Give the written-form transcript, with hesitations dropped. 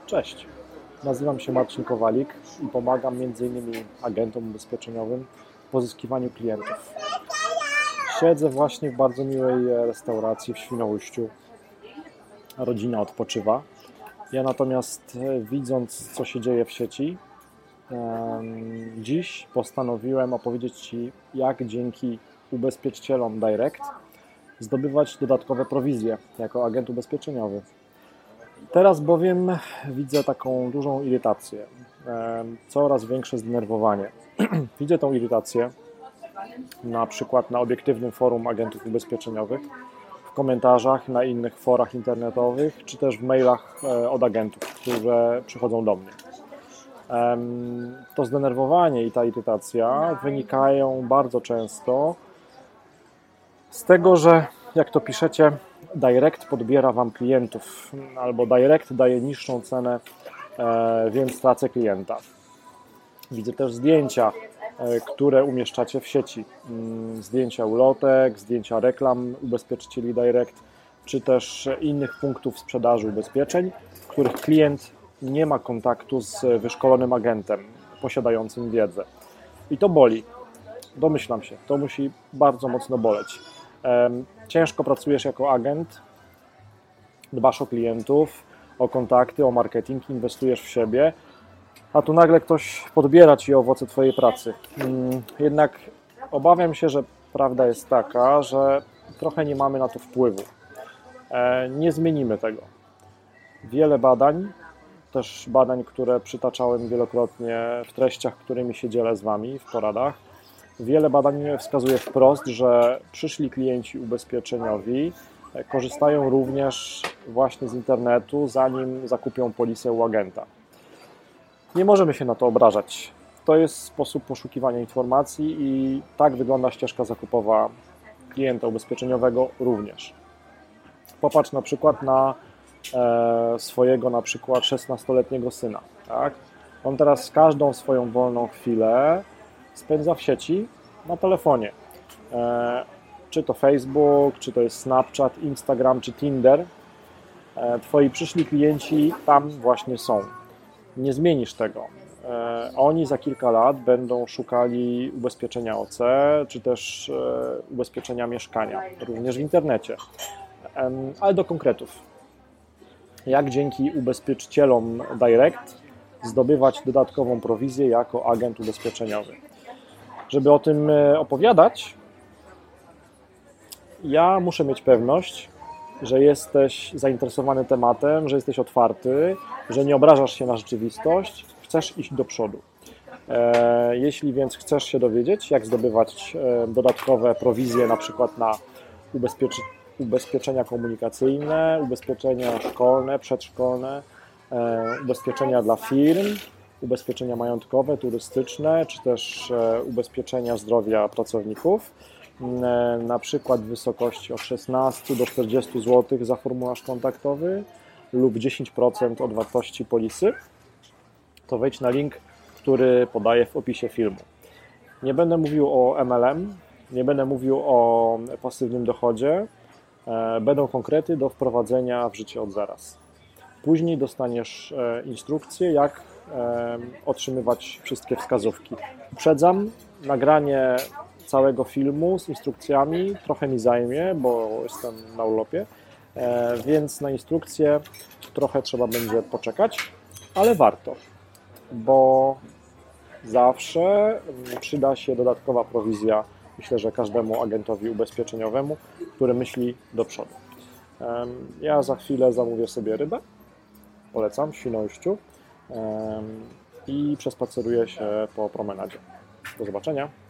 Cześć, nazywam się Marcin Kowalik i pomagam m.in. agentom ubezpieczeniowym w pozyskiwaniu klientów. Siedzę właśnie w bardzo miłej restauracji w Świnoujściu. Rodzina odpoczywa. Ja natomiast, widząc, co się dzieje w sieci, dziś postanowiłem opowiedzieć Ci, jak dzięki ubezpieczycielom Direct zdobywać dodatkowe prowizje jako agent ubezpieczeniowy. Teraz bowiem widzę taką dużą irytację, coraz większe zdenerwowanie. Widzę tą irytację na przykład na obiektywnym forum agentów ubezpieczeniowych, w komentarzach na innych forach internetowych, czy też w mailach od agentów, które przychodzą do mnie. To zdenerwowanie i ta irytacja wynikają bardzo często z tego, że jak to piszecie, Direct podbiera Wam klientów, albo Direct daje niższą cenę, więc tracę klienta. Widzę też zdjęcia, które umieszczacie w sieci. Zdjęcia ulotek, zdjęcia reklam ubezpieczycieli Direct, czy też innych punktów sprzedaży ubezpieczeń, w których klient nie ma kontaktu z wyszkolonym agentem posiadającym wiedzę. I to boli. Domyślam się, to musi bardzo mocno boleć. Ciężko pracujesz jako agent, dbasz o klientów, o kontakty, o marketing, inwestujesz w siebie, a tu nagle ktoś podbiera Ci owoce Twojej pracy. Jednak obawiam się, że prawda jest taka, że trochę nie mamy na to wpływu. Nie zmienimy tego. Wiele badań, też badań, które przytaczałem wielokrotnie w treściach, którymi się dzielę z Wami w poradach, wiele badań wskazuje wprost, że przyszli klienci ubezpieczeniowi korzystają również właśnie z internetu, zanim zakupią polisę u agenta. Nie możemy się na to obrażać. To jest sposób poszukiwania informacji i tak wygląda ścieżka zakupowa klienta ubezpieczeniowego również. Popatrz na przykład na swojego na przykład 16-letniego syna. Tak? On teraz każdą swoją wolną chwilę spędza w sieci na telefonie. Czy to Facebook, czy to jest Snapchat, Instagram, czy Tinder. Twoi przyszli klienci tam właśnie są. Nie zmienisz tego. Oni za kilka lat będą szukali ubezpieczenia OC, czy też ubezpieczenia mieszkania, również w internecie. Ale do konkretów. Jak dzięki ubezpieczycielom Direct zdobywać dodatkową prowizję jako agent ubezpieczeniowy? Żeby o tym opowiadać, ja muszę mieć pewność, że jesteś zainteresowany tematem, że jesteś otwarty, że nie obrażasz się na rzeczywistość, chcesz iść do przodu. Jeśli więc chcesz się dowiedzieć, jak zdobywać dodatkowe prowizje, na przykład na ubezpieczenia komunikacyjne, ubezpieczenia szkolne, przedszkolne, ubezpieczenia dla firm, ubezpieczenia majątkowe, turystyczne, czy też ubezpieczenia zdrowia pracowników, na przykład w wysokości od 16 do 40 zł za formularz kontaktowy lub 10% od wartości polisy, to wejdź na link, który podaję w opisie filmu. Nie będę mówił o MLM, nie będę mówił o pasywnym dochodzie, będą konkrety do wprowadzenia w życie od zaraz. Później dostaniesz instrukcję, jak otrzymywać wszystkie wskazówki. Uprzedzam, nagranie całego filmu z instrukcjami trochę mi zajmie, bo jestem na urlopie, więc na instrukcję trochę trzeba będzie poczekać, ale warto, bo zawsze przyda się dodatkowa prowizja, myślę, że każdemu agentowi ubezpieczeniowemu, który myśli do przodu. Ja za chwilę zamówię sobie rybę, polecam, w Świnoujściu, i przespaceruję się po promenadzie. Do zobaczenia.